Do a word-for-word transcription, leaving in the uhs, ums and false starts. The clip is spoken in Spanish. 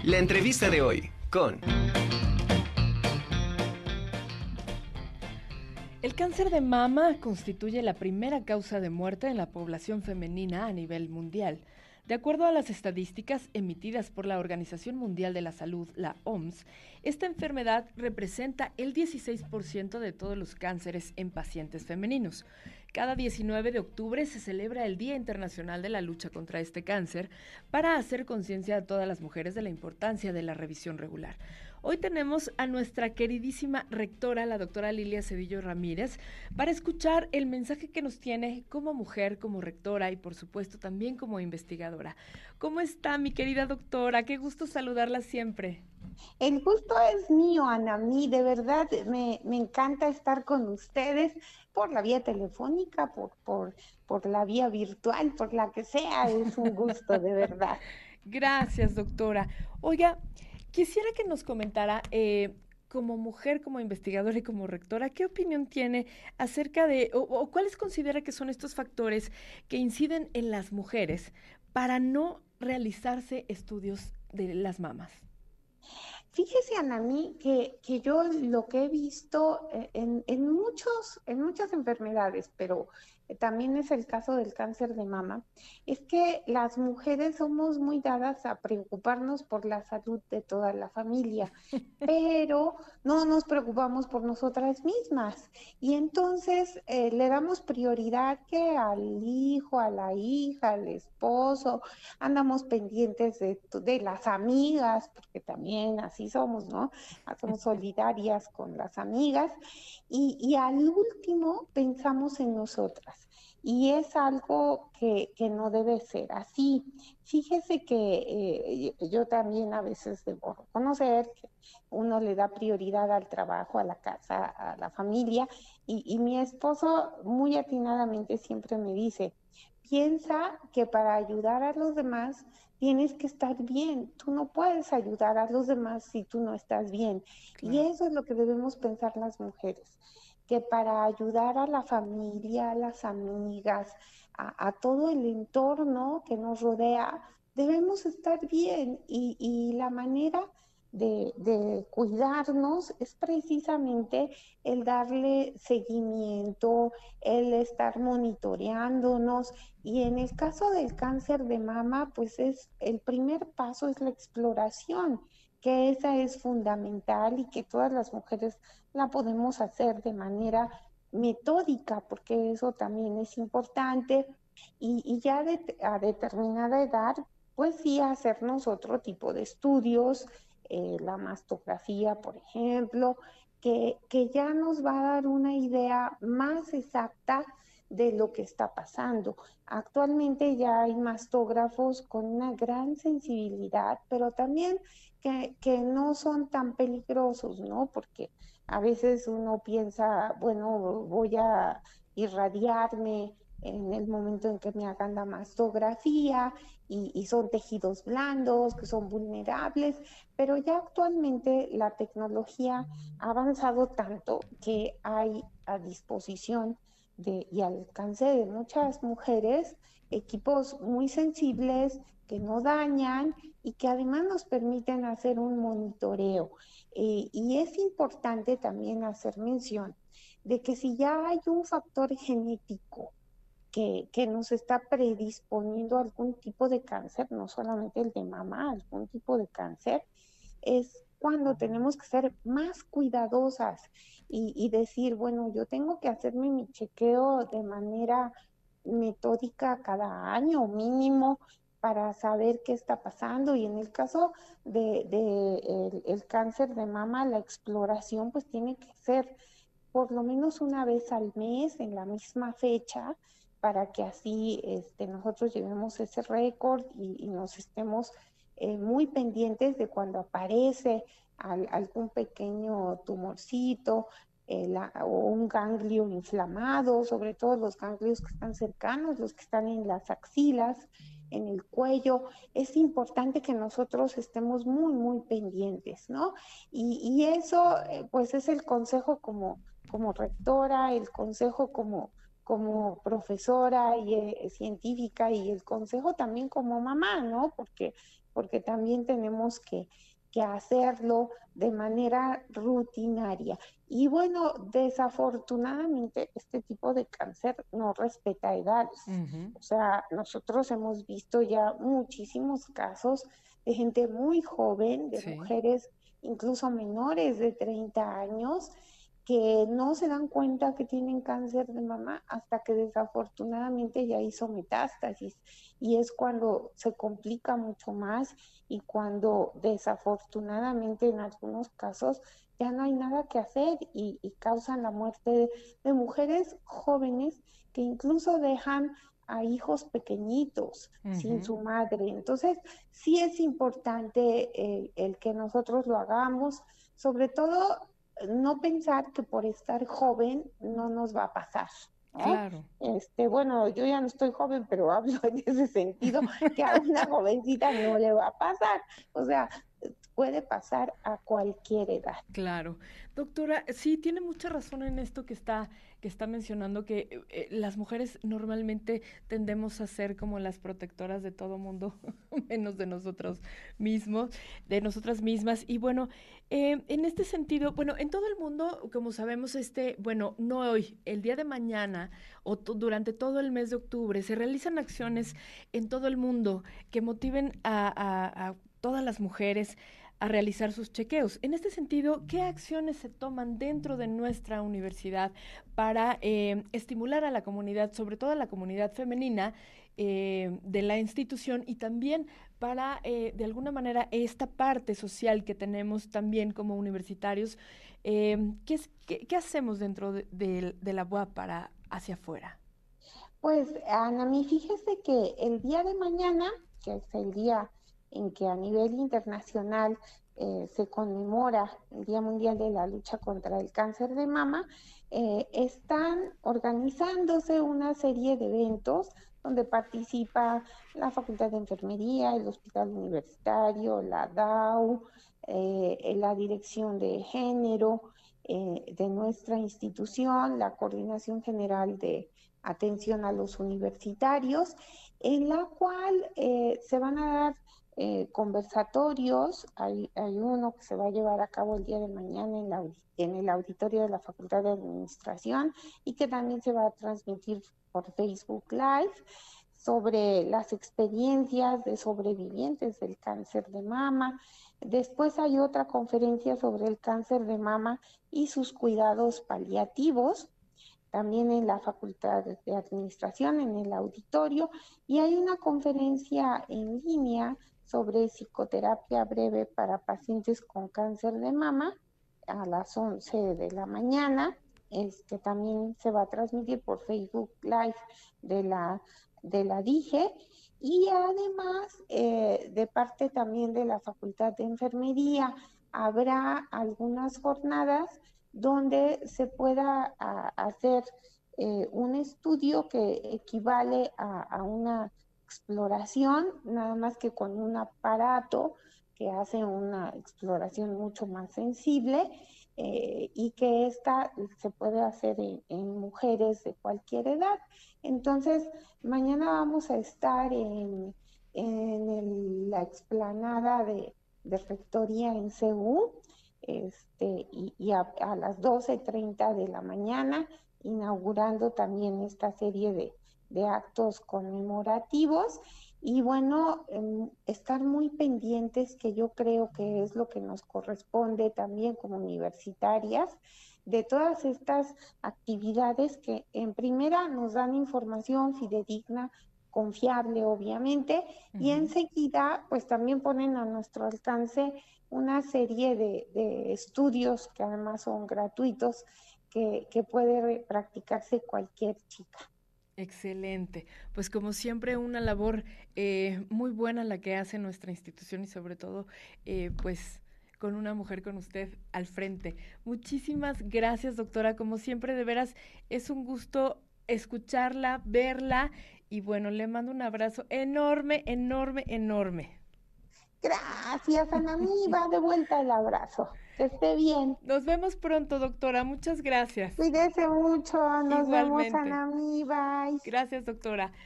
La entrevista de hoy con... El cáncer de mama constituye la primera causa de muerte en la población femenina a nivel mundial. De acuerdo a las estadísticas emitidas por la Organización Mundial de la Salud, la O M S, esta enfermedad representa el dieciséis por ciento de todos los cánceres en pacientes femeninos. Cada diecinueve de octubre se celebra el Día Internacional de la Lucha contra este cáncer para hacer conciencia a todas las mujeres de la importancia de la revisión regular. Hoy tenemos a nuestra queridísima rectora, la doctora Lilia Cedillo Ramírez, para escuchar el mensaje que nos tiene como mujer, como rectora y por supuesto también como investigadora. ¿Cómo está, mi querida doctora? Qué gusto saludarla siempre. El gusto es mío, Anamí, de verdad me, me encanta estar con ustedes por la vía telefónica, por, por, por la vía virtual, por la que sea, es un gusto, de verdad. Gracias, doctora. Oiga, quisiera que nos comentara, eh, como mujer, como investigadora y como rectora, ¿qué opinión tiene acerca de, o, o cuáles considera que son estos factores que inciden en las mujeres para no realizarse estudios de las mamas? Fíjese, Anamí, que, que yo lo que he visto en, en, muchos, en muchas enfermedades, pero también es el caso del cáncer de mama, es que las mujeres somos muy dadas a preocuparnos por la salud de toda la familia, pero no nos preocupamos por nosotras mismas. Y entonces eh, le damos prioridad que al hijo, a la hija, al esposo, andamos pendientes de, de las amigas, porque también así somos, ¿no? Somos solidarias con las amigas, y, y al último pensamos en nosotras. Y es algo que, que no debe ser así. Fíjese que eh, yo también a veces debo reconocer que uno le da prioridad al trabajo, a la casa, a la familia, y, y mi esposo muy atinadamente siempre me dice, piensa que para ayudar a los demás tienes que estar bien. Tú no puedes ayudar a los demás si tú no estás bien. Claro. Y eso es lo que debemos pensar las mujeres, que para ayudar a la familia, a las amigas, a, a todo el entorno que nos rodea, debemos estar bien. Y, y la manera de, de cuidarnos es precisamente el darle seguimiento, el estar monitoreándonos. Y en el caso del cáncer de mama, pues es el primer paso es la exploración, que esa es fundamental y que todas las mujeres la podemos hacer de manera metódica, porque eso también es importante. Y, y ya de, a determinada edad, pues sí, hacernos otro tipo de estudios, eh, la mastografía, por ejemplo, que, que ya nos va a dar una idea más exacta de lo que está pasando. Actualmente ya hay mastógrafos con una gran sensibilidad, pero también que, que no son tan peligrosos, ¿no? Porque a veces uno piensa, bueno, voy a irradiarme en el momento en que me hagan la mastografía y, y son tejidos blandos que son vulnerables, pero ya actualmente la tecnología ha avanzado tanto que hay a disposición de, y al alcance de muchas mujeres equipos muy sensibles que no dañan y que además nos permiten hacer un monitoreo. Eh, y es importante también hacer mención de que si ya hay un factor genético que, que nos está predisponiendo a algún tipo de cáncer, no solamente el de mama, algún tipo de cáncer, es cuando tenemos que ser más cuidadosas y, y decir, bueno, yo tengo que hacerme mi chequeo de manera metódica cada año mínimo para saber qué está pasando. Y en el caso de, de el, el cáncer de mama, la exploración pues tiene que ser por lo menos una vez al mes en la misma fecha para que así este, nosotros llevemos ese récord y, y nos estemos eh, muy pendientes de cuando aparece al, algún pequeño tumorcito eh, la, o un ganglio inflamado, sobre todo los ganglios que están cercanos, los que están en las axilas, en el cuello. Es importante que nosotros estemos muy, muy pendientes, ¿no? Y, y eso, eh, pues es el consejo como, como rectora, el consejo como como profesora y eh, científica y el consejo también como mamá, ¿no? Porque porque también tenemos que, que hacerlo de manera rutinaria. Y bueno, desafortunadamente este tipo de cáncer no respeta edades. Uh-huh. O sea, nosotros hemos visto ya muchísimos casos de gente muy joven, de Sí. mujeres incluso menores de treinta años, que no se dan cuenta que tienen cáncer de mama hasta que desafortunadamente ya hizo metástasis, y es cuando se complica mucho más y cuando desafortunadamente en algunos casos ya no hay nada que hacer y, y causan la muerte de, de mujeres jóvenes que incluso dejan a hijos pequeñitos uh-huh. sin su madre. Entonces sí es importante el, el que nosotros lo hagamos, sobre todo no pensar que por estar joven no nos va a pasar, ¿no? Claro. Este, bueno, yo ya no estoy joven, pero hablo en ese sentido, que a una jovencita no le va a pasar. O sea, puede pasar a cualquier edad. Claro. Doctora, sí, tiene mucha razón en esto que está, que está mencionando, que eh, las mujeres normalmente tendemos a ser como las protectoras de todo mundo, menos de nosotros mismos, de nosotras mismas. Y bueno, eh, en este sentido, bueno, en todo el mundo, como sabemos, este, bueno, no hoy, el día de mañana o t- durante todo el mes de octubre, se realizan acciones en todo el mundo que motiven a, a, a todas las mujeres a realizar sus chequeos. En este sentido, ¿qué acciones se toman dentro de nuestra universidad para eh, estimular a la comunidad, sobre todo a la comunidad femenina eh, de la institución, y también para, eh, de alguna manera, esta parte social que tenemos también como universitarios? Eh, ¿qué, es, qué, ¿Qué hacemos dentro de, de, de la U A P para hacia afuera? Pues, Anami, fíjese que el día de mañana, que es el día en que a nivel internacional eh, se conmemora el Día Mundial de la Lucha contra el Cáncer de Mama, eh, están organizándose una serie de eventos donde participa la Facultad de Enfermería, el Hospital Universitario, la D A U, eh, la Dirección de Género eh, de nuestra institución, la Coordinación General de Atención a los Universitarios, en la cual eh, se van a dar eh, conversatorios. Hay, hay uno que se va a llevar a cabo el día de mañana en, la, en el auditorio de la Facultad de Administración, y que también se va a transmitir por Facebook Live, sobre las experiencias de sobrevivientes del cáncer de mama. Después hay otra conferencia sobre el cáncer de mama y sus cuidados paliativos, también en la Facultad de Administración, en el auditorio, y hay una conferencia en línea sobre psicoterapia breve para pacientes con cáncer de mama a las once de la mañana, este, también se va a transmitir por Facebook Live de la, de la D I G E, y además eh, de parte también de la Facultad de Enfermería habrá algunas jornadas donde se pueda a, hacer eh, un estudio que equivale a, a una exploración, nada más que con un aparato que hace una exploración mucho más sensible, eh, y que esta se puede hacer en, en mujeres de cualquier edad. Entonces, mañana vamos a estar en, en el, la explanada de, de Rectoría en C U, este, y, y a, a las doce treinta de la mañana, inaugurando también esta serie de, de actos conmemorativos. Y bueno, eh, estar muy pendientes, que yo creo que es lo que nos corresponde también como universitarias, de todas estas actividades que en primera nos dan información fidedigna, confiable obviamente, uh-huh. y enseguida pues también ponen a nuestro alcance una serie de, de estudios que además son gratuitos, que, que puede practicarse cualquier chica. Excelente. Pues como siempre, una labor eh, muy buena la que hace nuestra institución, y sobre todo eh, pues con una mujer con usted al frente. Muchísimas gracias, doctora. Como siempre, de veras, es un gusto escucharla, verla, y bueno, le mando un abrazo enorme, enorme, enorme. Gracias, Anami. Va de vuelta el abrazo. Que esté bien. Nos vemos pronto, doctora. Muchas gracias. Cuídese mucho. Nos Igualmente. vemos, Anami. Bye. Gracias, doctora.